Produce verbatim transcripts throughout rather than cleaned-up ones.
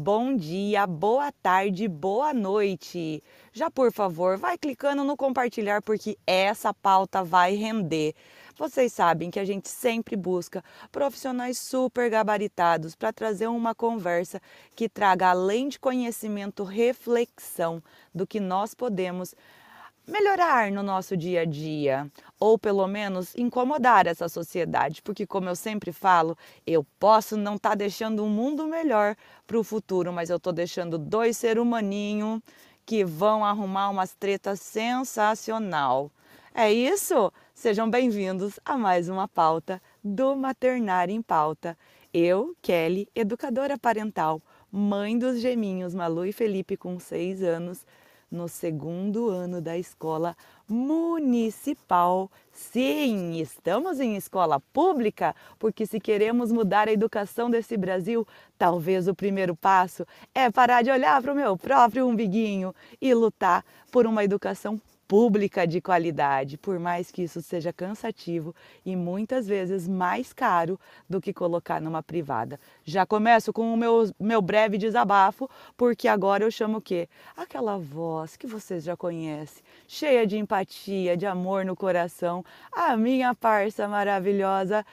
bom dia, boa tarde, boa noite. Já por favor, vai clicando no compartilhar porque essa pauta vai render. Vocês sabem que a gente sempre busca profissionais super gabaritados para trazer uma conversa que traga, além de conhecimento, reflexão do que nós podemos melhorar no nosso dia a dia, ou pelo menos incomodar essa sociedade, porque como eu sempre falo, eu posso não estar deixando um mundo melhor para o futuro, mas eu estou deixando dois ser humaninho que vão arrumar umas tretas sensacional. É isso? Sejam bem-vindos a mais uma pauta do Maternar em Pauta. Eu, Kelly, educadora parental, mãe dos geminhos Malu e Felipe com seis anos, no segundo ano da escola municipal. Sim, estamos em escola pública, porque se queremos mudar a educação desse Brasil, talvez o primeiro passo é parar de olhar para o meu próprio umbiguinho e lutar por uma educação pública de qualidade, por mais que isso seja cansativo e muitas vezes mais caro do que colocar numa privada. Já começo com o meu, meu breve desabafo, porque agora eu chamo o quê? Aquela voz que vocês já conhecem, cheia de empatia, de amor no coração, a minha parça maravilhosa,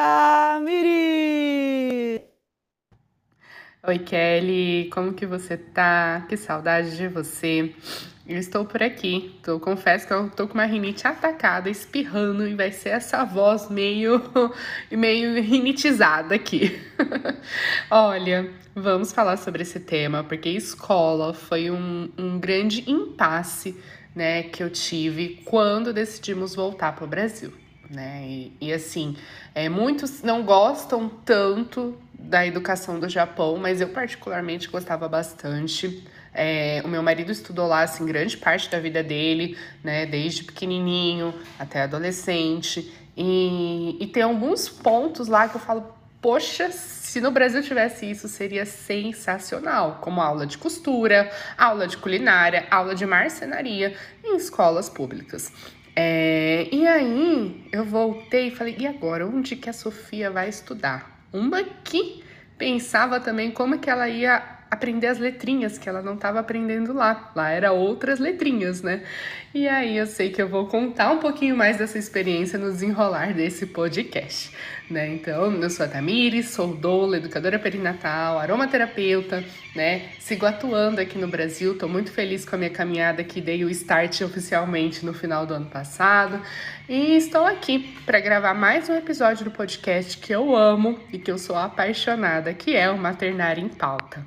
Tamiri! Oi, Kelly, como que você tá? Que saudade de você. Eu estou por aqui. Tô, confesso que eu tô com uma rinite atacada, espirrando, e vai ser essa voz meio, meio rinitizada aqui. Olha, vamos falar sobre esse tema, porque escola foi um, um grande impasse, né, que eu tive quando decidimos voltar para o Brasil. Né? E, e assim, é, muitos não gostam tanto da educação do Japão, mas eu particularmente gostava bastante. É, o meu marido estudou lá, assim, grande parte da vida dele, né, desde pequenininho até adolescente, e, e tem alguns pontos lá que eu falo, poxa, se no Brasil tivesse isso, seria sensacional, como aula de costura, aula de culinária, aula de marcenaria em escolas públicas. É, e aí eu voltei e falei, e agora? Onde que a Sofia vai estudar? Uma que pensava também como que ela ia aprender as letrinhas que ela não estava aprendendo lá. Lá era outras letrinhas, né? E aí eu sei que eu vou contar um pouquinho mais dessa experiência no desenrolar desse podcast, né? Então, eu sou a Tamires, sou doula, educadora perinatal, aromaterapeuta, né? Sigo atuando aqui no Brasil, tô muito feliz com a minha caminhada que dei o start oficialmente no final do ano passado. E estou aqui para gravar mais um episódio do podcast que eu amo e que eu sou apaixonada, que é o Maternar em Pauta.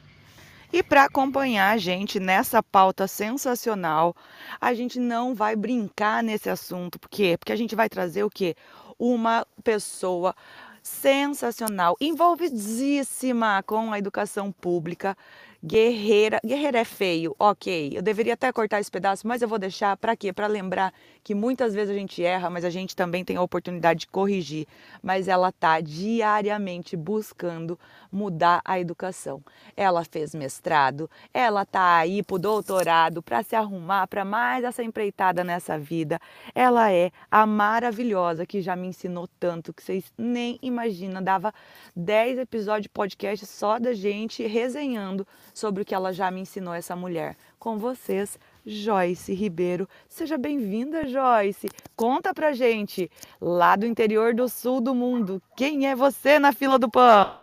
E para acompanhar a gente nessa pauta sensacional, a gente não vai brincar nesse assunto. Por quê? Porque a gente vai trazer o quê? Uma pessoa sensacional, envolvidíssima com a educação pública, guerreira. Guerreira é feio, ok. Eu deveria até cortar esse pedaço, mas eu vou deixar para quê? Para lembrar que muitas vezes a gente erra, mas a gente também tem a oportunidade de corrigir. Mas ela está diariamente buscando mudar a educação. Ela fez mestrado, ela está aí para o doutorado, para se arrumar para mais essa empreitada nessa vida. Ela é a maravilhosa que já me ensinou tanto que vocês nem imaginam. Dava dez episódios de podcast só da gente resenhando sobre o que ela já me ensinou, essa mulher. Com vocês, Joyce Ribeiro. Seja bem-vinda, Joyce. Conta pra gente, lá do interior do sul do mundo, quem é você na fila do pão?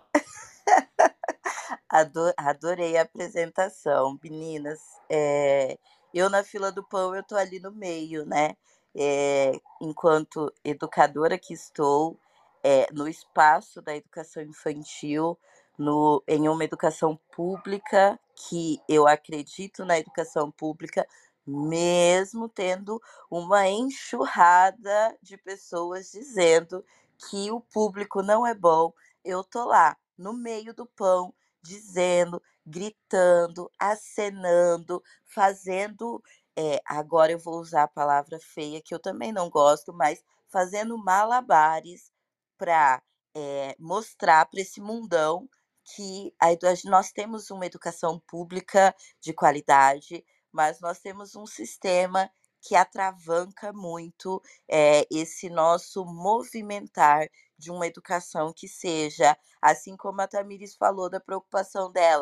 Adorei a apresentação, meninas. É, eu na fila do pão, eu tô ali no meio, né? É, enquanto educadora que estou, é, no espaço da educação infantil, no, em uma educação pública, que eu acredito na educação pública, mesmo tendo uma enxurrada de pessoas dizendo que o público não é bom, eu tô lá, no meio do pão, dizendo, gritando, acenando, fazendo. É, agora eu vou usar a palavra feia, que eu também não gosto, mas fazendo malabares para é, mostrar para esse mundão que a, nós temos uma educação pública de qualidade, mas nós temos um sistema que atravanca muito é, esse nosso movimentar de uma educação que seja, assim como a Tamires falou da preocupação dela,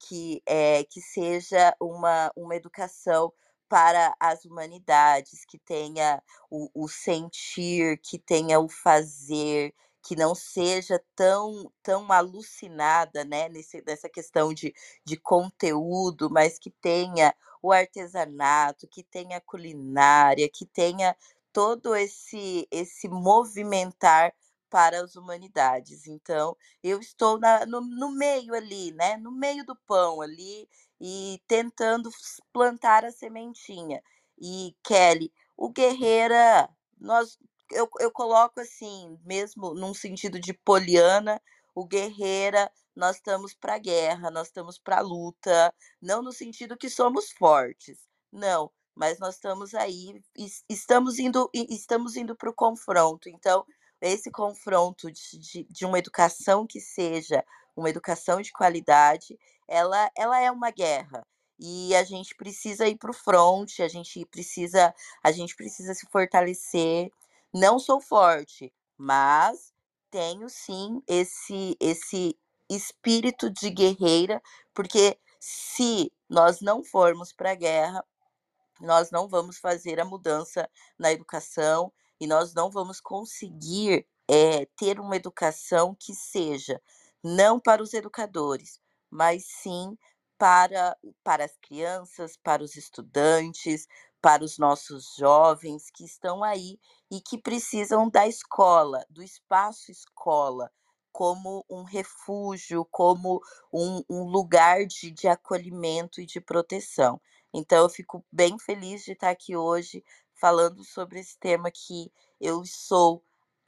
que, eh, que seja uma uma educação para as humanidades, que tenha o o sentir, que tenha o fazer, que não seja tão tão alucinada, né, nesse nessa questão de de conteúdo, mas que tenha o artesanato, que tenha a culinária, que tenha todo esse esse movimentar para as humanidades. Então, eu estou na no no meio ali, né, no meio do pão ali, e tentando s plantar a sementinha. E Kelly, o Guerreira, nós eu eu coloco assim, mesmo num sentido de poliana, o Guerreira, nós estamos para a guerra, nós estamos para a luta, não no sentido que somos fortes, não, mas nós estamos aí, es estamos indo e estamos indo para o confronto. Então, esse confronto de de de uma educação que seja uma educação de qualidade, ela ela é uma guerra, e a gente precisa ir para o front, a gente precisa a gente precisa se fortalecer. Não sou forte, mas tenho sim esse esse espírito de guerreira, porque se nós não formos para a guerra, nós não vamos fazer a mudança na educação e nós não vamos conseguir, eh, ter uma educação que seja não para os educadores, mas sim para para as crianças, para os estudantes, para os nossos jovens que estão aí e que precisam da escola, do espaço escola, como um refúgio, como um um lugar de de acolhimento e de proteção. Então eu fico bem feliz de estar aqui hoje falando sobre esse tema que eu sou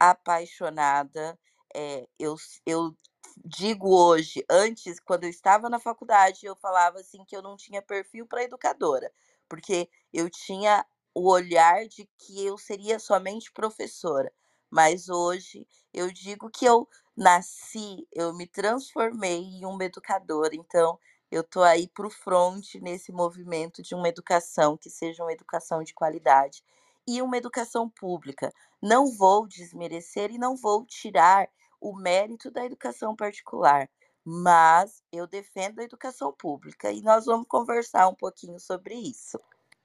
apaixonada. Eh, eu s eu digo hoje, antes, quando eu estava na faculdade, eu falava assim que eu não tinha perfil para educadora, porque eu tinha o olhar de que eu seria somente professora. Mas hoje eu digo que eu nasci, eu me transformei em uma educadora, então eu estou aí para o front nesse movimento de uma educação que seja uma educação de qualidade e uma educação pública. Não vou desmerecer e não vou tirar o mérito da educação particular, mas eu defendo a educação pública e nós vamos conversar um pouquinho sobre isso.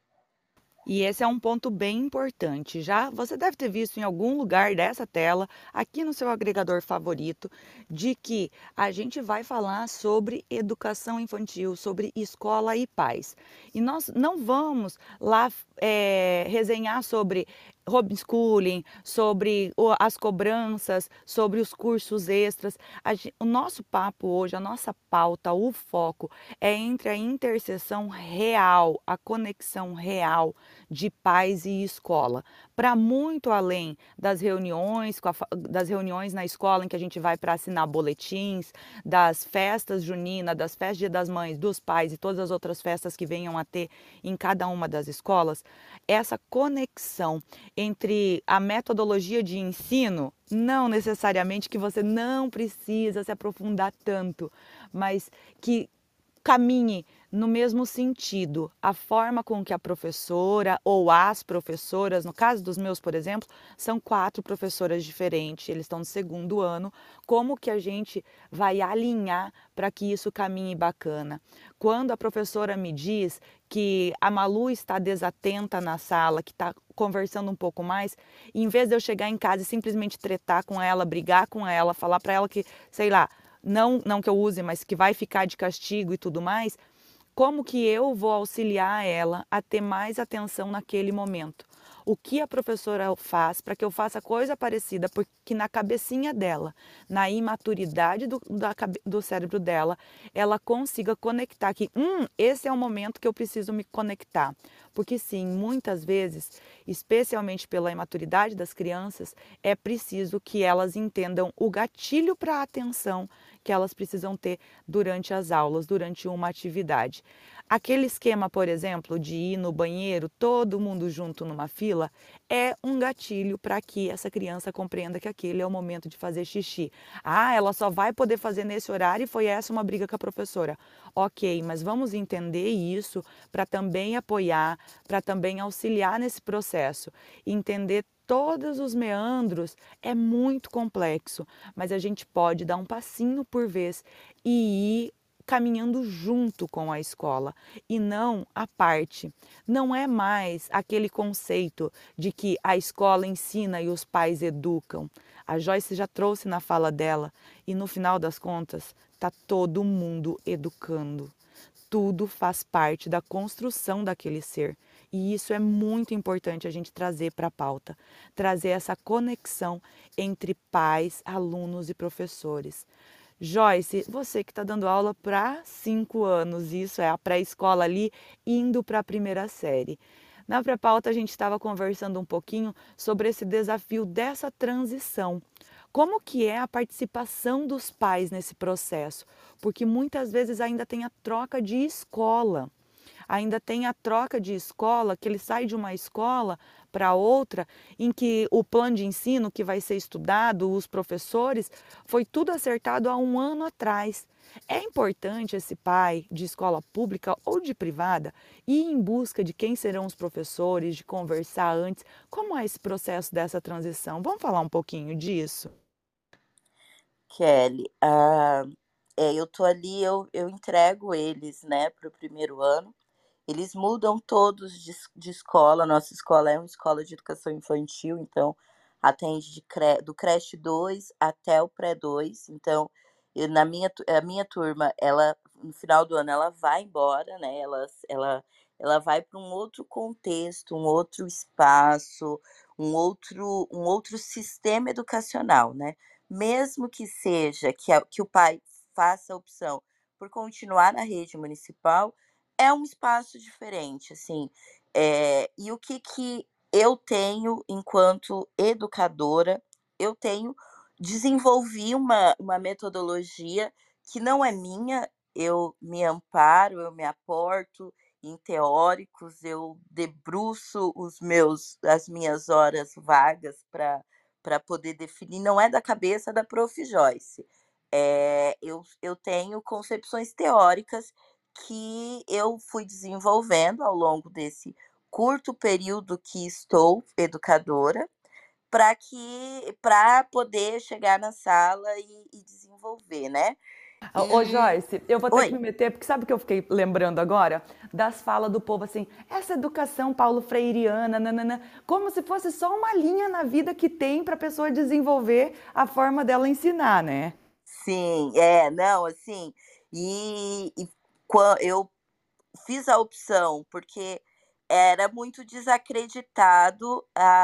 E esse é um ponto bem importante. Já você deve ter visto em algum lugar dessa tela, aqui no seu agregador favorito, de que a gente vai falar sobre educação infantil, sobre escola e pais. E nós não vamos lá eh, resenhar sobre homeschooling, sobre o- as cobranças, sobre os cursos extras. A gen- o nosso papo hoje, a nossa pauta, o foco é entre a interseção real, a conexão real de pais e escola, para muito além das reuniões, com a fa- das reuniões na escola em que a gente vai para assinar boletins, das festas juninas, das festas Dia das Mães, dos pais e todas as outras festas que venham a ter em cada uma das escolas, essa conexão entre a metodologia de ensino, não necessariamente que você não precisa se aprofundar tanto, mas que caminhe no mesmo sentido. A forma com que a professora ou as professoras, no caso dos meus, por exemplo, são quatro professoras diferentes, eles estão no segundo ano, como que a gente vai alinhar para que isso caminhe bacana? Quando a professora me diz que a Malu está desatenta na sala, que está conversando um pouco mais, em vez de eu chegar em casa e simplesmente tretar com ela, brigar com ela, falar para ela que, sei lá, não, não que eu use, mas que vai ficar de castigo e tudo mais, como que eu vou auxiliar ela a ter mais atenção naquele momento? O que a professora faz para que eu faça coisa parecida, porque na cabecinha dela, na imaturidade do, da do cérebro dela, ela consiga conectar que, hum, esse é o momento que eu preciso me conectar. Porque sim, muitas vezes, especialmente pela imaturidade das crianças, é preciso que elas entendam o gatilho para a atenção que elas precisam ter durante as aulas, durante uma atividade. Aquele esquema, por exemplo, de ir no banheiro, todo mundo junto numa fila, é um gatilho para que essa criança compreenda que aquele é o momento de fazer xixi. Ah, ela só vai poder fazer nesse horário e foi essa uma briga com a professora. Ok, mas vamos entender isso para também apoiar, para também auxiliar nesse processo. Entender todos os meandros é muito complexo, mas a gente pode dar um passinho por vez e ir caminhando junto com a escola e não à parte. Não é mais aquele conceito de que a escola ensina e os pais educam. A Joyce já trouxe na fala dela e no final das contas está todo mundo educando. Tudo faz parte da construção daquele ser. E isso é muito importante a gente trazer para a pauta, trazer essa conexão entre pais, alunos e professores. Joyce, você que está dando aula para cinco anos, isso é a pré-escola ali, indo para a primeira série. Na pré-pauta a gente estava conversando um pouquinho sobre esse desafio dessa transição. Como que é a participação dos pais nesse processo? Porque muitas vezes ainda tem a troca de escola. Ainda tem a troca de escola, que ele sai de uma escola para outra, em que o plano de ensino que vai ser estudado, os professores, foi tudo acertado há um ano atrás. É importante esse pai de escola pública ou de privada ir em busca de quem serão os professores, de conversar antes. Como é esse processo dessa transição? Vamos falar um pouquinho disso? Kelly, ah, é, eu tô ali, eu, eu entrego eles, né, para o primeiro ano. Eles mudam todos de, es- de escola. Nossa escola é uma escola de educação infantil, então atende de cre- do creche dois até o pré dois. Então, eu- na minha, tu- a minha turma, ela no final do ano ela vai embora, né? Ela, ela, ela vai para um outro contexto, um outro espaço, um outro, um outro sistema educacional, né? Mesmo que seja que, a- que o pai faça a opção por continuar na rede municipal, é um espaço diferente, assim. Eh, e o que que eu tenho enquanto educadora, eu tenho desenvolvi uma uma metodologia que não é minha, eu me amparo, eu me aporto em teóricos, eu debruço os meus as minhas horas vagas para para poder definir, não é da cabeça da prof Joyce. Eh, eu eu tenho concepções teóricas que eu fui desenvolvendo ao longo desse curto período que estou educadora, para que para poder chegar na sala e e desenvolver, né. Ô E Joyce, eu vou ter que oi. me meter, porque sabe o que eu fiquei lembrando agora? Das falas do povo assim, essa educação paulo freireana, nananã, como se fosse só uma linha na vida que tem para a pessoa desenvolver a forma dela ensinar, né? Sim, é, não, assim, e e quan eu fiz a opção, porque era muito desacreditado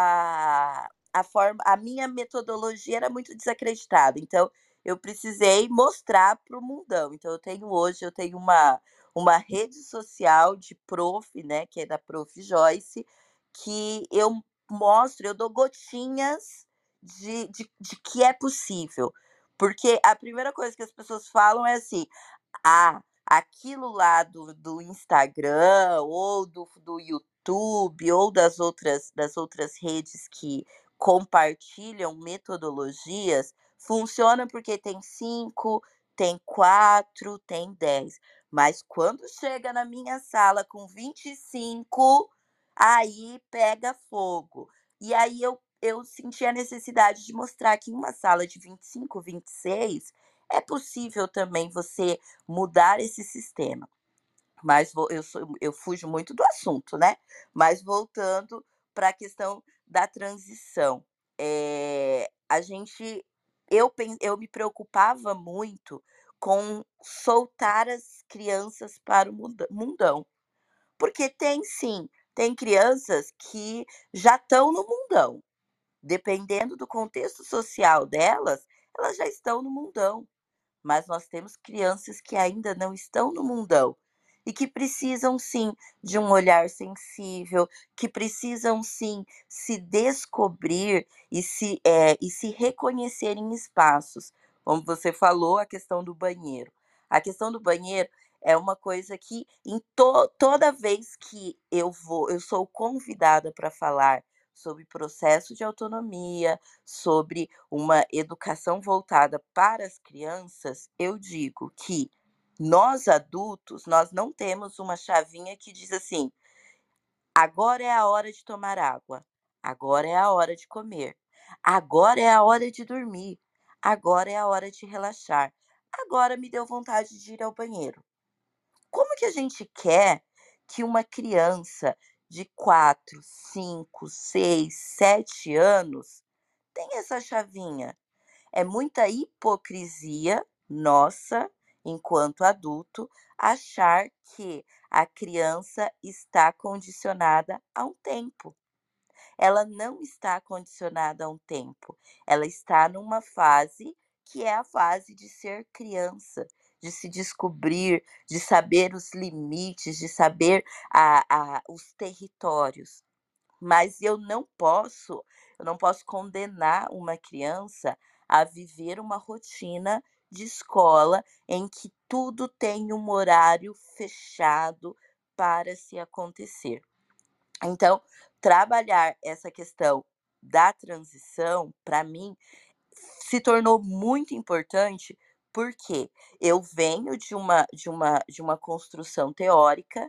a a forma a minha metodologia era muito desacreditada, então eu precisei mostrar para o mundão. Então eu tenho hoje eu tenho uma uma rede social de prof, né, que é da prof Joyce, que eu mostro, eu dou gotinhas de de de que é possível. Porque a primeira coisa que as pessoas falam é assim: "Ah, aquilo lá do do Instagram ou do do YouTube ou das outras das outras redes que compartilham metodologias, funciona porque tem cinco, tem quatro, tem dez, mas quando chega na minha sala com vinte e cinco, aí pega fogo". E aí eu eu senti a necessidade de mostrar que em uma sala de vinte e cinco, vinte e seis, é possível também você mudar esse sistema. Mas vou eu sou eu fujo muito do assunto, né. Mas voltando para a questão da transição, eh, a gente eu pen eu me preocupava muito com soltar as crianças para o muda mundão, porque tem sim, tem crianças que já estão no mundão, dependendo do contexto social delas, elas já estão no mundão. Mas nós temos crianças que ainda não estão no mundão e que precisam sim de um olhar sensível, que precisam sim se descobrir e se, eh, e se reconhecer em espaços. Como você falou, a questão do banheiro. A questão do banheiro é uma coisa que em to toda vez que eu vou eu sou convidada para falar sobre processo de autonomia, sobre uma educação voltada para as crianças, eu digo que nós adultos, nós não temos uma chavinha que diz assim: "Agora é a hora de tomar água, agora é a hora de comer, agora é a hora de dormir, agora é a hora de relaxar". agora me deu vontade de ir ao banheiro. Como que a gente quer que uma criança de quatro, cinco, seis, sete anos tenha essa chavinha? É muita hipocrisia nossa, enquanto adulto, achar que a criança está condicionada a um tempo. Ela não está condicionada a um tempo. Ela está numa fase que é a fase de ser criança, de se descobrir, de saber os limites, de saber a, a, os territórios. Mas eu não posso, eu não posso condenar uma criança a viver uma rotina de escola em que tudo tem um horário fechado para se acontecer. Então, trabalhar essa questão da transição, para mim, se tornou muito importante, porque eu venho de uma de uma de uma construção teórica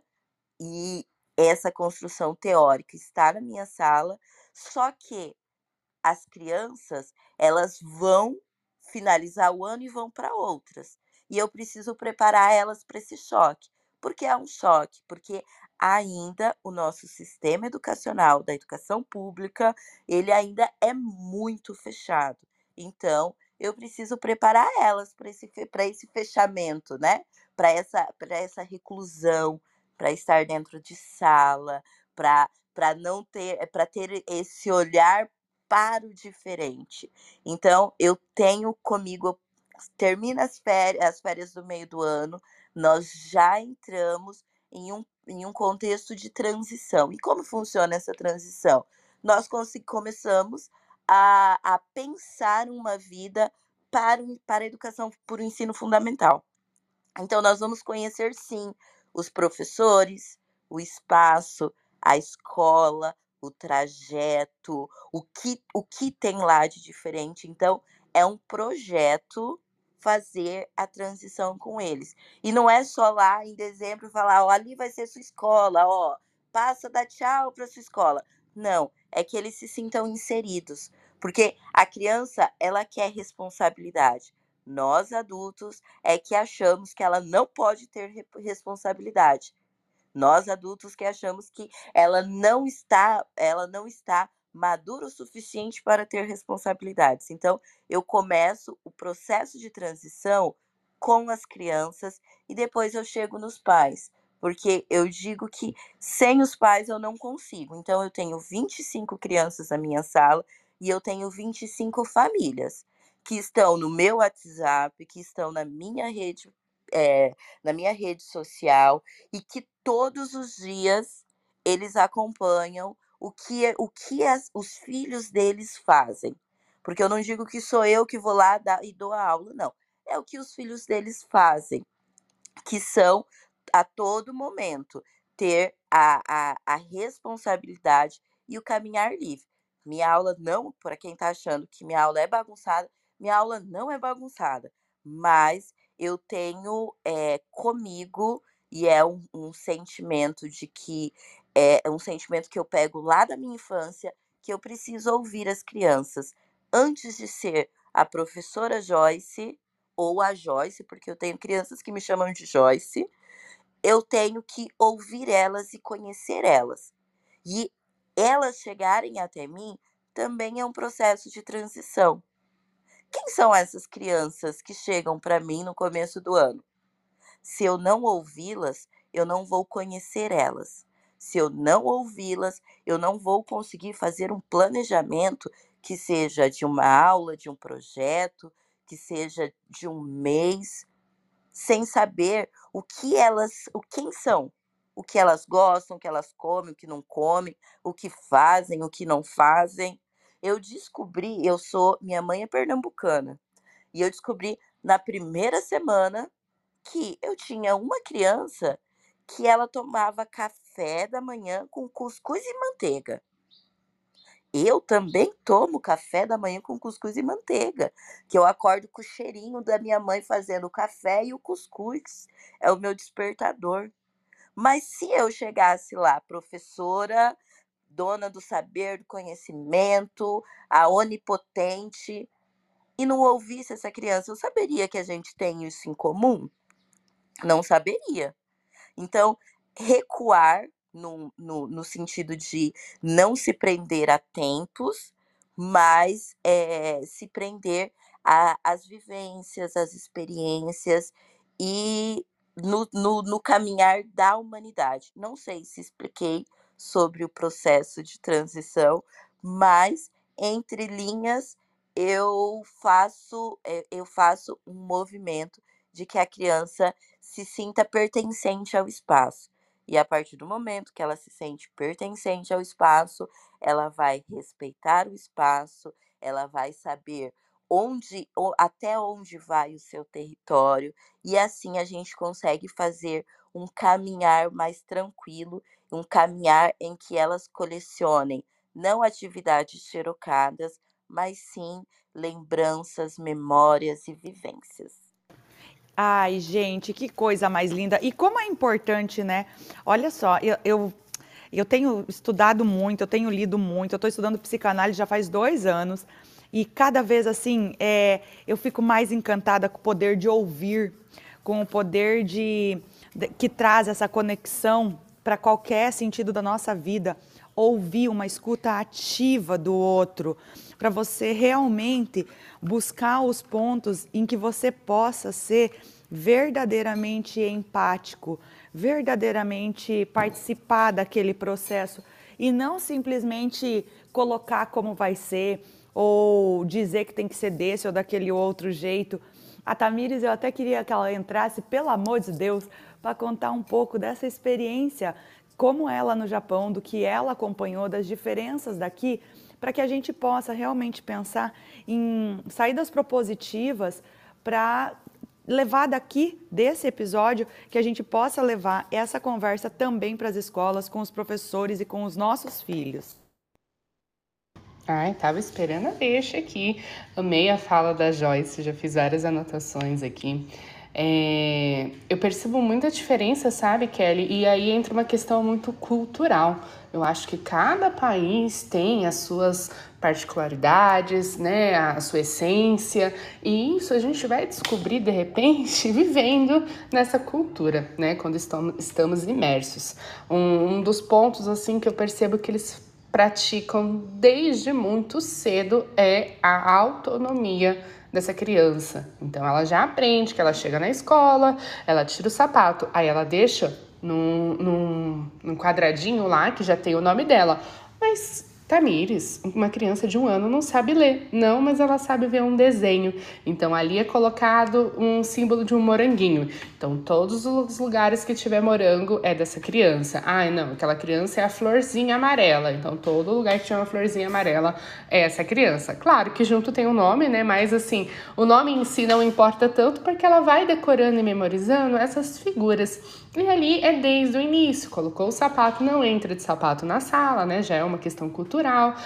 e essa construção teórica está na minha sala, só que as crianças, elas vão finalizar o ano e vão para outras. E eu preciso preparar elas para esse choque. Porque é um choque, porque ainda o nosso sistema educacional da educação pública, ele ainda é muito fechado. Então, eu preciso preparar elas para esse para esse fechamento, né, para essa para essa reclusão, para estar dentro de sala, para para não ter para ter esse olhar para o diferente. Então, eu tenho comigo, termina as férias, as férias do meio do ano, nós já entramos em um, em um contexto de transição. E como funciona essa transição? Nós consi- começamos a, a pensar uma vida para, o- para a educação, para o ensino fundamental. Então, nós vamos conhecer sim os professores, o espaço, a escola, o trajeto, o que, o que tem lá de diferente. Então, é um projeto fazer a transição com eles. E não é só lá em dezembro falar, ó, ali vai ser sua escola, ó, passa, dá tchau para sua escola. Não, é que eles se sintam inseridos, porque a criança, ela quer responsabilidade. Nós adultos é que achamos que ela não pode ter re- responsabilidade. Nós adultos que achamos que ela não está, ela não está madura o suficiente para ter responsabilidades. Então, eu começo o processo de transição com as crianças e depois eu chego nos pais, porque eu digo que sem os pais eu não consigo. Então, eu tenho vinte e cinco crianças na minha sala e eu tenho vinte e cinco famílias que estão no meu WhatsApp, que estão na minha rede, eh, na minha rede social e que todos os dias eles acompanham o que, o que as, os filhos deles fazem. Porque eu não digo que sou eu que vou lá dar, e dou a aula, não. É o que os filhos deles fazem, que são a todo momento ter a, a, a responsabilidade e o caminhar livre. Minha aula não, para quem está achando que minha aula é bagunçada, minha aula não é bagunçada, mas eu tenho é, comigo, e é um, um sentimento de que é um sentimento que eu pego lá da minha infância, que eu preciso ouvir as crianças antes de ser a professora Joyce ou a Joyce, porque eu tenho crianças que me chamam de Joyce, eu tenho que ouvir elas e conhecer elas. E elas chegarem até mim também é um processo de transição. Quem são essas crianças que chegam para mim no começo do ano? Se eu não ouvi-las, eu não vou conhecer elas. Se eu não ouvi-las, eu não vou conseguir fazer um planejamento que seja de uma aula, de um projeto, que seja de um mês, sem saber o que elas, o quem são, o que elas gostam, o que elas comem, o que não comem, o que fazem, o que não fazem. Eu descobri, eu sou, minha mãe é pernambucana, e eu descobri na primeira semana que eu tinha uma criança que ela tomava café da manhã com cuscuz e manteiga. Eu também tomo café da manhã com cuscuz e manteiga, que eu acordo com o cheirinho da minha mãe fazendo o café e o cuscuz é o meu despertador. Mas se eu chegasse lá, professora, dona do saber, do conhecimento, a onipotente, e não ouvisse essa criança, eu saberia que a gente tem isso em comum? Não saberia. Então, recuar no no no sentido de não se prender a tempos, mas, eh, se prender a às vivências, às experiências e no no no caminhar da humanidade. Não sei se expliquei sobre o processo de transição, mas entre linhas eu faço, eh, eu faço um movimento de que a criança se sinta pertencente ao espaço. E a partir do momento que ela se sente pertencente ao espaço, ela vai respeitar o espaço, ela vai saber onde o até onde vai o seu território, e assim a gente consegue fazer um caminhar mais tranquilo, um caminhar em que elas colecionem não atividades xerocadas, mas sim lembranças, memórias e vivências. Ai, gente, que coisa mais linda. E como é importante, né? Olha só, eu, eu, eu tenho estudado muito, eu tenho lido muito, eu estou estudando psicanálise já faz dois anos, e cada vez assim, é, eu fico mais encantada com o poder de ouvir, com o poder de, de- que traz essa conexão para qualquer sentido da nossa vida. Ouvir uma escuta ativa do outro, para você realmente buscar os pontos em que você possa ser verdadeiramente empático, verdadeiramente participar daquele processo e não simplesmente colocar como vai ser ou dizer que tem que ser desse ou daquele outro jeito. A Tamires, eu até queria que ela entrasse, pelo amor de Deus, para contar um pouco dessa experiência, como ela no Japão, do que ela acompanhou, das diferenças daqui, para que a gente possa realmente pensar em saídas propositivas para levar daqui, desse episódio, que a gente possa levar essa conversa também para as escolas, com os professores e com os nossos filhos. Ai, tava esperando a deixa aqui. Amei a fala da Joyce, já fiz várias anotações aqui. É, eu percebo muita diferença, sabe, Kelly? E aí entra uma questão muito cultural. Eu acho que cada país tem as suas particularidades, né, a sua essência, e isso a gente vai descobrir de repente vivendo nessa cultura, né, quando estamos, estamos imersos. Um, um dos pontos assim que eu percebo que eles praticam desde muito cedo é a autonomia dessa criança. Então ela já aprende que ela chega na escola, ela tira o sapato, aí ela deixa num, num, num quadradinho lá que já tem o nome dela. Mas Tamires, uma criança de um ano, não sabe ler. Não, mas ela sabe ver um desenho. Então ali é colocado um símbolo de um moranguinho. Então todos os lugares que tiver morango é dessa criança. Ah, não, aquela criança é a florzinha amarela. Então todo lugar que tiver uma florzinha amarela é essa criança. Claro que junto tem um nome, né? Mas assim, o nome em si não importa tanto porque ela vai decorando e memorizando essas figuras. E ali é desde o início. Colocou o sapato, não entra de sapato na sala, né? Já é uma questão cultural.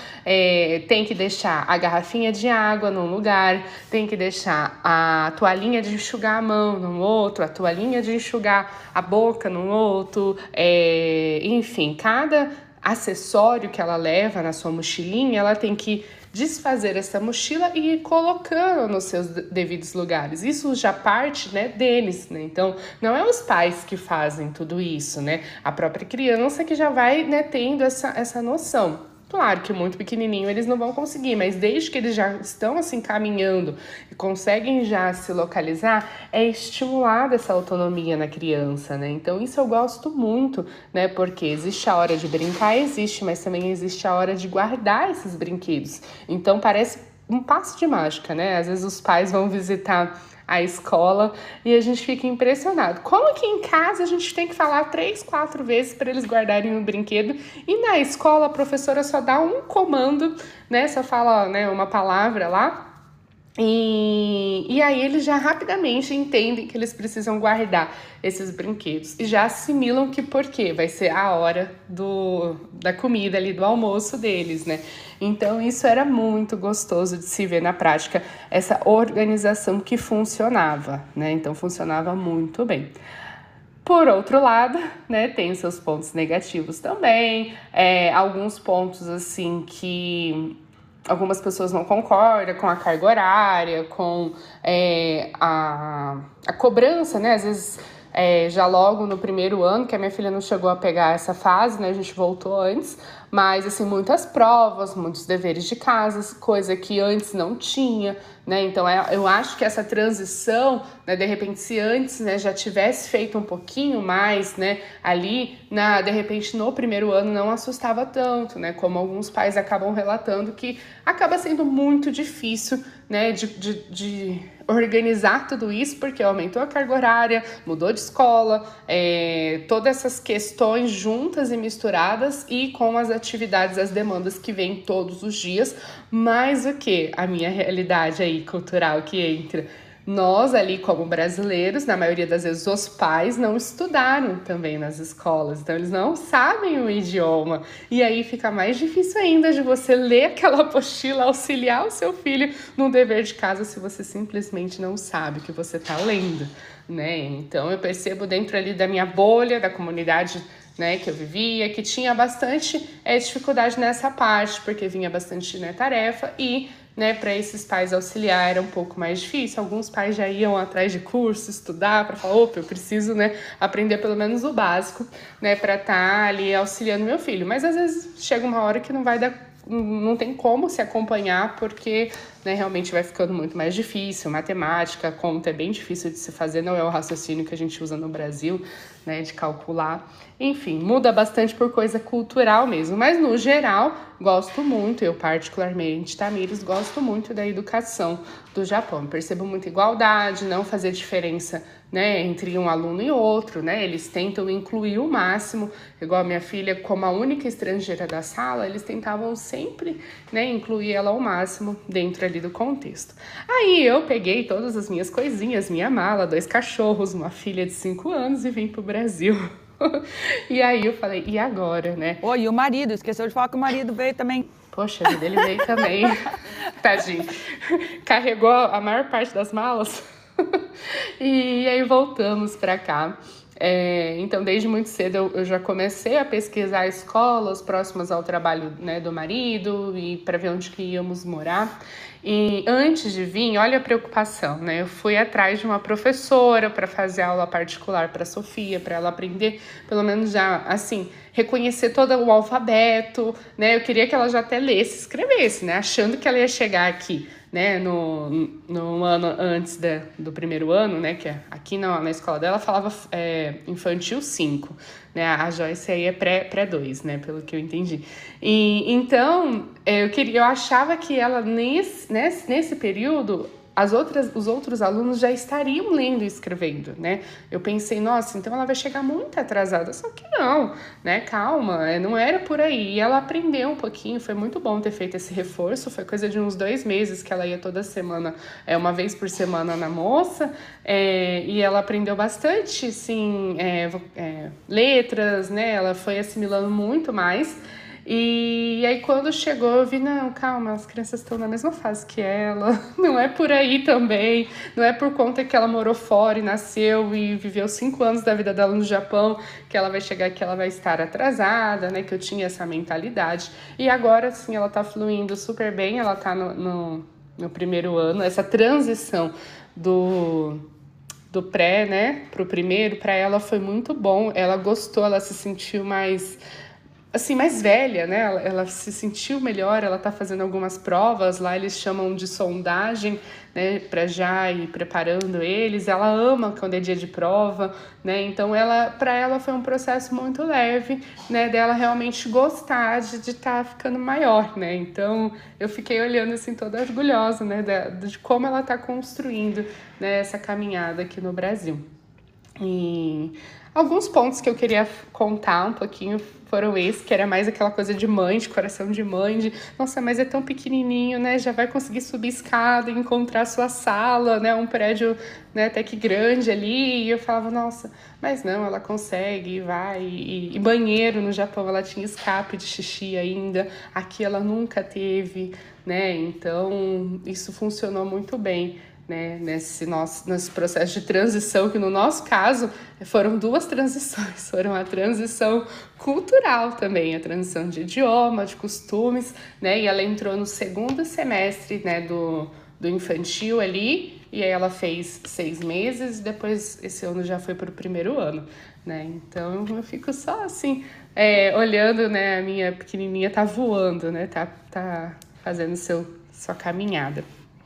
É, tem que deixar a garrafinha de água num lugar, tem que deixar a toalhinha de enxugar a mão num outro, a toalhinha de enxugar a boca num outro, é, enfim, cada acessório que ela leva na sua mochilinha, ela tem que desfazer essa mochila e ir colocando nos seus devidos lugares. Isso já parte, né, deles, né? Então, não é os pais que fazem tudo isso, né? A própria criança que já vai, né, tendo essa, essa noção. Claro que muito pequenininho eles não vão conseguir, mas desde que eles já estão assim caminhando e conseguem já se localizar, é estimulada essa autonomia na criança, né? Então isso eu gosto muito, né? Porque existe a hora de brincar, existe, mas também existe a hora de guardar esses brinquedos. Então parece um passo de mágica, né? Às vezes os pais vão visitar a escola e a gente fica impressionado. Como que em casa a gente tem que falar três, quatro vezes para eles guardarem o brinquedo e na escola a professora só dá um comando, né? Só fala, né, uma palavra lá. E, e aí eles já rapidamente entendem que eles precisam guardar esses brinquedos e já assimilam que por quê? Vai ser a hora do, da comida ali, do almoço deles, né? Então isso era muito gostoso de se ver na prática, essa organização que funcionava, né? Então funcionava muito bem. Por outro lado, né, tem os seus pontos negativos também, é, alguns pontos assim que algumas pessoas não concordam com a carga horária, com é, a, a cobrança, né? Às vezes, é, já logo no primeiro ano, que a minha filha não chegou a pegar essa fase, né? A gente voltou antes, mas, assim, muitas provas, muitos deveres de casa, coisa que antes não tinha, né? Então, é, eu acho que essa transição, né, de repente, se antes, né, já tivesse feito um pouquinho mais, né, ali, na, de repente, no primeiro ano não assustava tanto, né? Como alguns pais acabam relatando que acaba sendo muito difícil, né, de, de, de organizar tudo isso, porque aumentou a carga horária, mudou de escola, é, todas essas questões juntas e misturadas e com as atividades, as demandas que vêm todos os dias, mais o que? A minha realidade aí cultural que entra. Nós ali como brasileiros, na maioria das vezes os pais não estudaram também nas escolas, então eles não sabem o idioma, e aí fica mais difícil ainda de você ler aquela apostila, auxiliar o seu filho no dever de casa se você simplesmente não sabe o que você está lendo, né? Então eu percebo dentro ali da minha bolha, da comunidade, né, que eu vivia, que tinha bastante é, dificuldade nessa parte, porque vinha bastante, né, tarefa e, né, para esses pais auxiliar era um pouco mais difícil. Alguns pais já iam atrás de curso, estudar, para falar, opa, eu preciso, né, aprender pelo menos o básico, né, para estar ali auxiliando meu filho. Mas às vezes chega uma hora que não vai dar, não tem como se acompanhar, porque, né, realmente vai ficando muito mais difícil. Matemática, conta é bem difícil de se fazer, não é o raciocínio que a gente usa no Brasil, né, de calcular. Enfim, muda bastante por coisa cultural mesmo, mas no geral, gosto muito, eu particularmente, Tamires, gosto muito da educação do Japão. Percebo muita igualdade, não fazer diferença, né, entre um aluno e outro, né, eles tentam incluir o máximo, igual a minha filha, como a única estrangeira da sala, eles tentavam sempre, né, incluir ela ao máximo dentro ali do contexto. Aí eu peguei todas as minhas coisinhas, minha mala, dois cachorros, uma filha de cinco anos e vim pro Brasil. E aí eu falei, e agora, né? Oi, e o marido? Esqueceu de falar que o marido veio também. Poxa vida, ele veio também. Tadinho. Carregou a maior parte das malas. E aí voltamos pra cá. É, então, desde muito cedo eu, eu já comecei a pesquisar escolas próximas ao trabalho, né, do marido e para ver onde que íamos morar. E antes de vir, olha a preocupação, né? Eu fui atrás de uma professora para fazer aula particular para a Sofia, para ela aprender, pelo menos já, assim, reconhecer todo o alfabeto, né? Eu queria que ela já até lesse, escrevesse, né? Achando que ela ia chegar aqui, né, no, no ano antes da, do primeiro ano, né, que é aqui na, na escola dela falava é, infantil cinco, né, a Joyce aí é pré, pré dois, né, pelo que eu entendi. E, então, eu, queria, eu achava que ela, nesse, nesse, nesse período, as outras, os outros alunos já estariam lendo e escrevendo, né? Eu pensei, nossa, então ela vai chegar muito atrasada. Só que não, né? Calma, não era por aí. E ela aprendeu um pouquinho, foi muito bom ter feito esse reforço. Foi coisa de uns dois meses que ela ia toda semana, é, uma vez por semana na moça. É, e ela aprendeu bastante, assim, é, é, letras, né? Ela foi assimilando muito mais. E aí quando chegou eu vi, não, calma, as crianças estão na mesma fase que ela, não é por aí também, não é por conta que ela morou fora e nasceu e viveu cinco anos da vida dela no Japão, que ela vai chegar aqui, ela vai estar atrasada, né, que eu tinha essa mentalidade. E agora sim, ela tá fluindo super bem, ela tá no, no, no primeiro ano, essa transição do... do pré, né, pro primeiro, para ela foi muito bom, ela gostou, ela se sentiu mais... assim, mais velha, né? Ela, ela se sentiu melhor, ela tá fazendo algumas provas, lá eles chamam de sondagem, né? Para já ir preparando eles. Ela ama quando é dia de prova, né? Então, ela, para ela foi um processo muito leve, né? Dela realmente gostar de estar tá ficando maior, né? Então, eu fiquei olhando assim toda orgulhosa, né? De, de como ela tá construindo, né? Essa caminhada aqui no Brasil. E alguns pontos que eu queria contar um pouquinho foram esses, que era mais aquela coisa de mãe, de coração de mãe, de, nossa, mas é tão pequenininho, né, já vai conseguir subir escada e encontrar sua sala, né, um prédio, né, até que grande ali, e eu falava, nossa, mas não, ela consegue, vai, e, e banheiro no Japão, ela tinha escape de xixi ainda, aqui ela nunca teve, né, então isso funcionou muito bem, né, nesse nosso nesse processo de transição, que no nosso caso foram duas transições, foram a transição cultural também, a transição de idioma, de costumes, né, e ela entrou no segundo semestre, né, do, do infantil ali, e aí ela fez seis meses, e depois esse ano já foi para o primeiro ano, né, então eu fico só assim, é, olhando, né, a minha pequenininha tá voando, né, tá, tá fazendo seu, sua caminhada.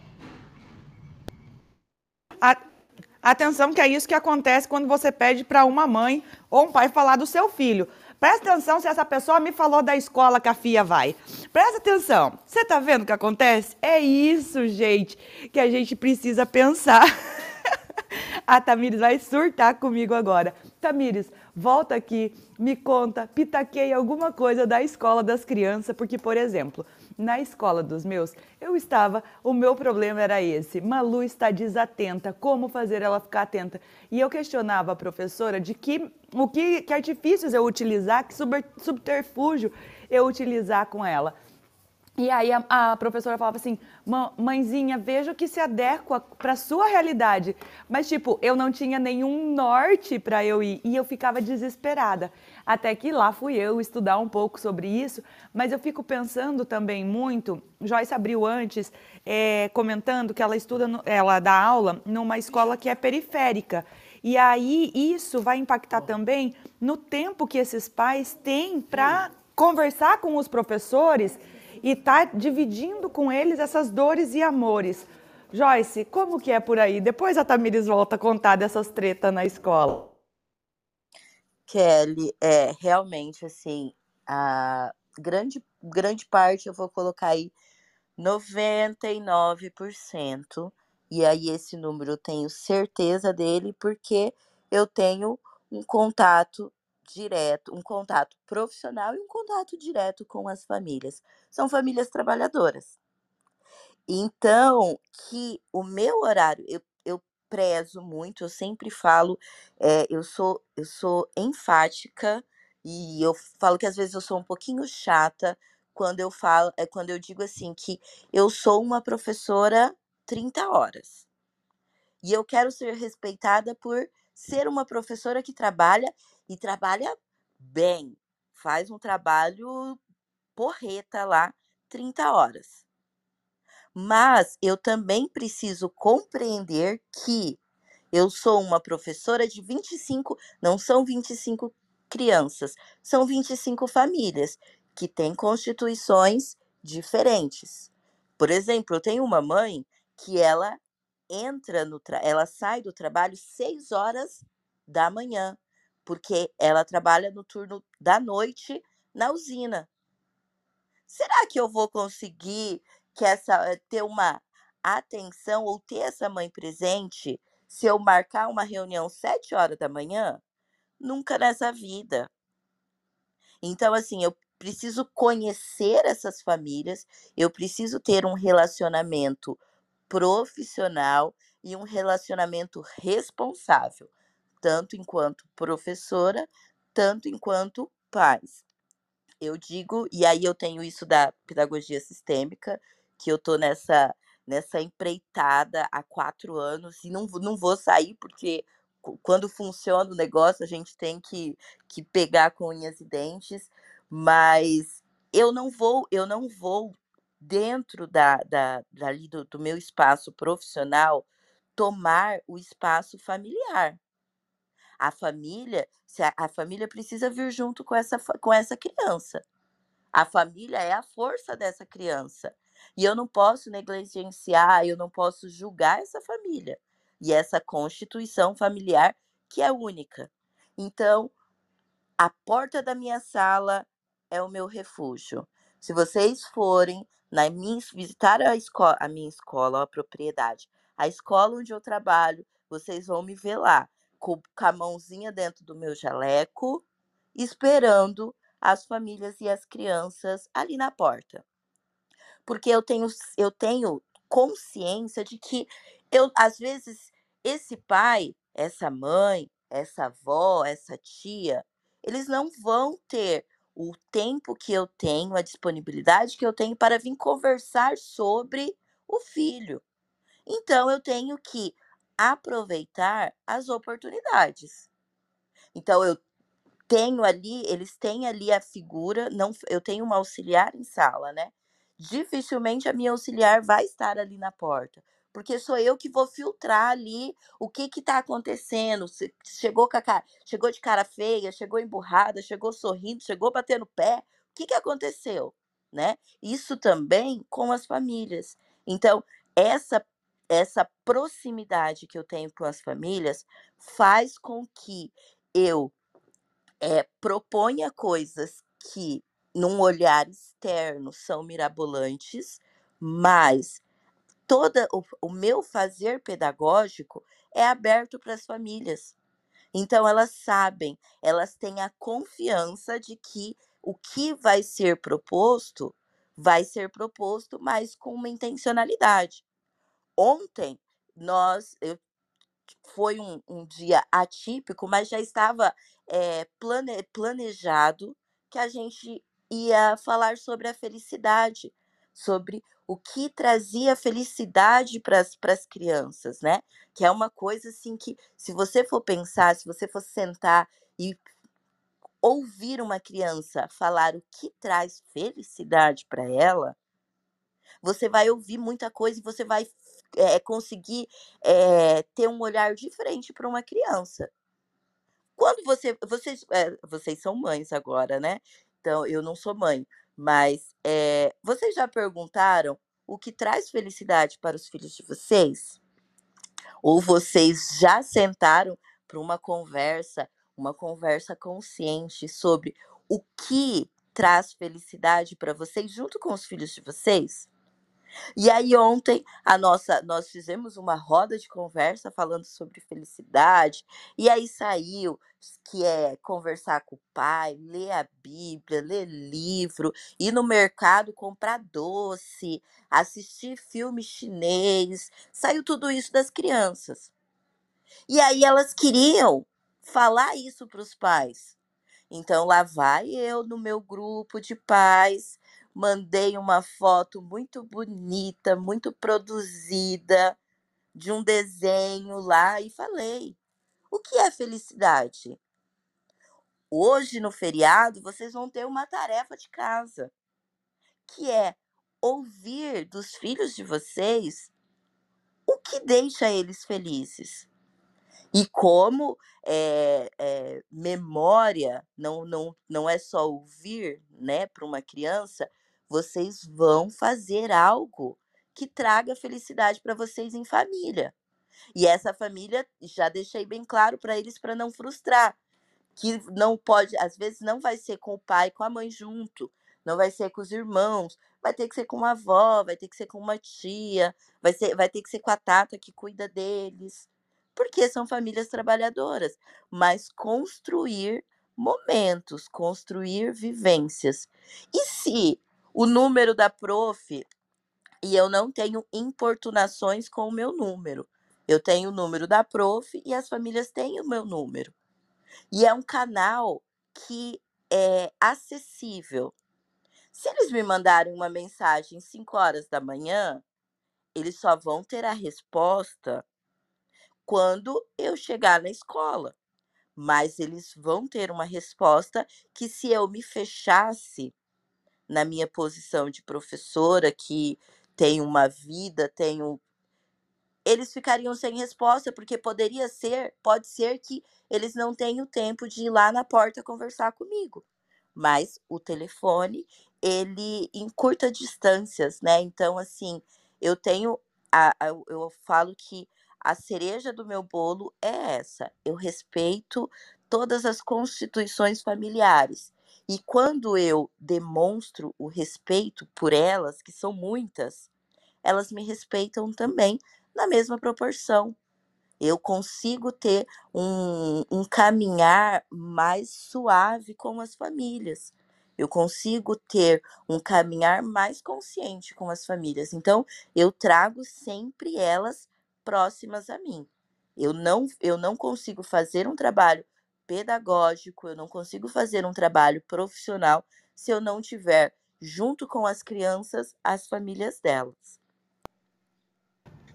A- Atenção, que é isso que acontece quando você pede para uma mãe ou um pai falar do seu filho. Presta atenção se essa pessoa me falou da escola que a filha vai. Presta atenção. Você tá vendo o que acontece? É isso, gente, que a gente precisa pensar. A Tamires vai surtar comigo agora. Tamires, volta aqui, me conta, pitaqueia alguma coisa da escola das crianças, porque, por exemplo, na escola dos meus, eu estava, o meu problema era esse, Malu está desatenta, como fazer ela ficar atenta? E eu questionava a professora de que, o que, que artifícios eu utilizar, que subterfúgio eu utilizar com ela. E aí a, a professora falava assim, mãezinha, veja o que se adequa para a sua realidade. Mas, tipo, eu não tinha nenhum norte para eu ir e eu ficava desesperada. Até que lá fui eu estudar um pouco sobre isso, mas eu fico pensando também muito, Joyce abriu antes, é, comentando que ela estuda, no, ela dá aula numa escola que é periférica. E aí isso vai impactar também no tempo que esses pais têm para conversar com os professores e está dividindo com eles essas dores e amores. Joyce, como que é por aí? Depois a Tamires volta a contar dessas tretas na escola. Kelly, é realmente assim, a grande, grande parte eu vou colocar aí noventa e nove por cento. E aí esse número eu tenho certeza dele porque eu tenho um contato direto, um contato profissional e um contato direto com as famílias. São famílias trabalhadoras. Então, que o meu horário, eu, eu prezo muito, eu sempre falo, é, eu sou, eu sou enfática e eu falo que às vezes eu sou um pouquinho chata quando eu falo, é quando eu digo assim que eu sou uma professora trinta horas. E eu quero ser respeitada por ser uma professora que trabalha e trabalha bem, faz um trabalho porreta lá, trinta horas. Mas eu também preciso compreender que eu sou uma professora de vinte e cinco, não são vinte e cinco crianças, são vinte e cinco famílias que têm constituições diferentes. Por exemplo, eu tenho uma mãe que ela entra no tra... ela sai do trabalho seis horas da manhã, porque ela trabalha no turno da noite na usina. Será que eu vou conseguir que essa eh, ter uma atenção ou ter essa mãe presente se eu marcar uma reunião sete horas da manhã? Nunca nessa vida. Então, assim, eu preciso conhecer essas famílias, eu preciso ter um relacionamento profissional e um relacionamento responsável, tanto enquanto professora, tanto enquanto pais. Eu digo, e aí eu tenho isso da pedagogia sistêmica, que eu tô nessa nessa empreitada há quatro anos e não, não vou sair, porque cu- quando funciona o negócio a gente tem que, que pegar com unhas e dentes, mas eu não vou, eu não vou dentro da, da, dali do, do meu espaço profissional tomar o espaço familiar. A família, se a, a família precisa vir junto com essa, fa- com essa criança. A família é a força dessa criança. E eu não posso negligenciar, eu não posso julgar essa família. E essa constituição familiar que é única. Então, a porta da minha sala é o meu refúgio. Se vocês forem na minha, visitar a, escola, a minha escola, ó, a propriedade, a escola onde eu trabalho, vocês vão me ver lá, com, com a mãozinha dentro do meu jaleco, esperando as famílias e as crianças ali na porta. Porque eu tenho, eu tenho consciência de que eu, às vezes, esse pai, essa mãe, essa avó, essa tia, eles não vão ter o tempo que eu tenho, a disponibilidade que eu tenho para vir conversar sobre o filho. Então eu tenho que aproveitar as oportunidades. Então eu tenho ali eles têm ali a figura, não eu tenho uma auxiliar em sala, né, dificilmente a minha auxiliar vai estar ali na porta, porque sou eu que vou filtrar ali o que que tá acontecendo, se chegou com a cara chegou de cara feia, chegou emburrada, chegou sorrindo, chegou batendo pé, o que que aconteceu, né. Isso também com as famílias. Então, essa essa proximidade que eu tenho com as famílias faz com que eu eh, proponha coisas que, num olhar externo, são mirabolantes, mas toda o o meu fazer pedagógico é aberto para as famílias. Então elas sabem, elas têm a confiança de que o que vai ser proposto, vai ser proposto, mas com uma intencionalidade. Ontem nós eu foi um um dia atípico, mas já estava, eh, plane planejado que a gente ia falar sobre a felicidade, sobre o que trazia felicidade para as para as crianças, né. Que é uma coisa, assim, que se você for pensar, se você for sentar e ouvir uma criança falar o que traz felicidade para ela, você vai ouvir muita coisa e você vai eh, conseguir, eh, ter um olhar diferente para uma criança. Quando você vocês, eh, vocês são mães agora, né, então eu não sou mãe, mas, eh, vocês já perguntaram o que traz felicidade para os filhos de vocês? Ou vocês já sentaram para uma conversa, uma conversa consciente sobre o que traz felicidade para vocês junto com os filhos de vocês? E aí ontem a nossa nós fizemos uma roda de conversa falando sobre felicidade, e aí saiu que é conversar com o pai, ler a Bíblia, ler livro, ir no mercado comprar doce, assistir filme chinês, saiu tudo isso das crianças. E aí elas queriam falar isso para os pais. Então lá vai eu no meu grupo de pais, mandei uma foto muito bonita, muito produzida, de um desenho lá e falei: "O que é felicidade? Hoje no feriado vocês vão ter uma tarefa de casa, que é ouvir dos filhos de vocês o que deixa eles felizes". E como, eh eh, memória não não não é só ouvir, né, para uma criança, vocês vão fazer algo que traga felicidade para vocês em família. E essa família, já deixei bem claro para eles para não frustrar. Que não pode às vezes não vai ser com o pai e com a mãe junto, não vai ser com os irmãos, vai ter que ser com uma avó, vai ter que ser com uma tia, vai ser vai ter que ser com a tata que cuida deles, porque são famílias trabalhadoras, mas construir momentos, construir vivências. E se o número da prof e eu não tenho importunações com o meu número, eu tenho o número da prof e as famílias têm o meu número. E é um canal que é acessível. Se eles me mandarem uma mensagem cinco horas da manhã, eles só vão ter a resposta quando eu chegar na escola, mas eles vão ter uma resposta que se eu me fechasse na minha posição de professora, que tem uma vida, tenho eles ficariam sem resposta, porque poderia ser pode ser que eles não tenham tempo de ir lá na porta conversar comigo, mas o telefone, ele encurta distâncias, né, então, assim, eu tenho a a eu eu falo que a cereja do meu bolo é essa, eu respeito todas as constituições familiares, e quando eu demonstro o respeito por elas, que são muitas, elas me respeitam também na mesma proporção. Eu consigo ter um um caminhar mais suave com as famílias. Eu consigo ter um caminhar mais consciente com as famílias. Então, eu trago sempre elas próximas a mim. Eu não eu não consigo fazer um trabalho pedagógico, eu não consigo fazer um trabalho profissional se eu não tiver junto com as crianças as famílias delas.